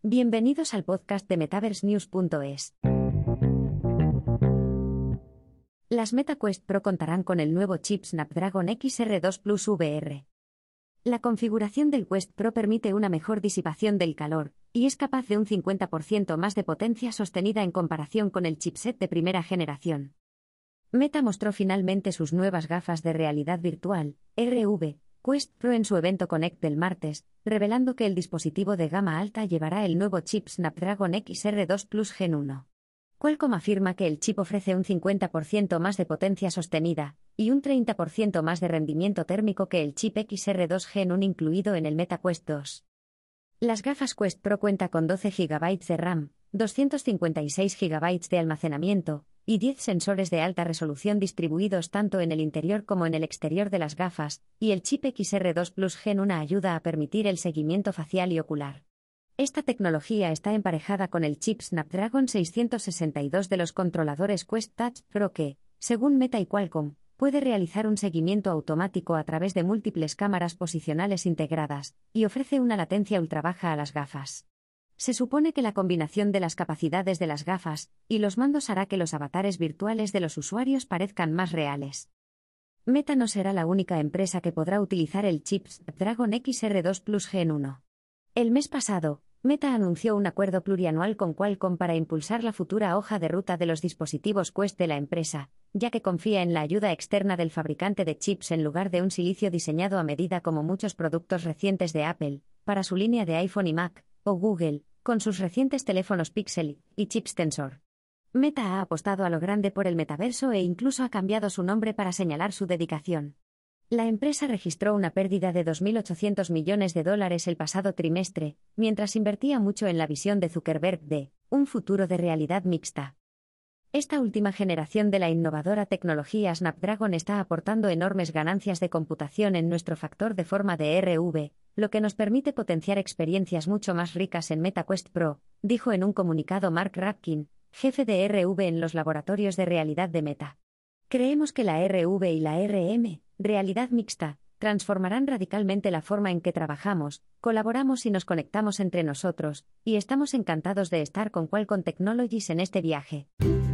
Bienvenidos al podcast de MetaverseNews.es. Las MetaQuest Pro contarán con el nuevo chip Snapdragon XR2 Plus VR. La configuración del Quest Pro permite una mejor disipación del calor, y es capaz de un 50% más de potencia sostenida en comparación con el chipset de primera generación. Meta mostró finalmente sus nuevas gafas de realidad virtual, RV, Quest Pro en su evento Connect del martes, revelando que el dispositivo de gama alta llevará el nuevo chip Snapdragon XR2 Plus Gen 1. Qualcomm afirma que el chip ofrece un 50% más de potencia sostenida y un 30% más de rendimiento térmico que el chip XR2 Gen 1 incluido en el MetaQuest 2. Las gafas Quest Pro cuentan con 12 GB de RAM, 256 GB de almacenamiento y 10 sensores de alta resolución distribuidos tanto en el interior como en el exterior de las gafas, y el chip XR2 Plus Gen 1 ayuda a permitir el seguimiento facial y ocular. Esta tecnología está emparejada con el chip Snapdragon 662 de los controladores Quest Touch Pro que, según Meta y Qualcomm, puede realizar un seguimiento automático a través de múltiples cámaras posicionales integradas, y ofrece una latencia ultrabaja a las gafas. Se supone que la combinación de las capacidades de las gafas y los mandos hará que los avatares virtuales de los usuarios parezcan más reales. Meta no será la única empresa que podrá utilizar el chip Snapdragon XR2 Plus Gen 1. El mes pasado, Meta anunció un acuerdo plurianual con Qualcomm para impulsar la futura hoja de ruta de los dispositivos Quest de la empresa, ya que confía en la ayuda externa del fabricante de chips en lugar de un silicio diseñado a medida como muchos productos recientes de Apple, para su línea de iPhone y Mac, o Google, con sus recientes teléfonos Pixel y chips Tensor. Meta ha apostado a lo grande por el metaverso e incluso ha cambiado su nombre para señalar su dedicación. La empresa registró una pérdida de $2.800 millones el pasado trimestre, mientras invertía mucho en la visión de Zuckerberg de un futuro de realidad mixta. Esta última generación de la innovadora tecnología Snapdragon está aportando enormes ganancias de computación en nuestro factor de forma de RV, lo que nos permite potenciar experiencias mucho más ricas en MetaQuest Pro, dijo en un comunicado Mark Rapkin, jefe de RV en los laboratorios de realidad de Meta. Creemos que la RV y la RM, realidad mixta, transformarán radicalmente la forma en que trabajamos, colaboramos y nos conectamos entre nosotros, y estamos encantados de estar con Qualcomm Technologies en este viaje.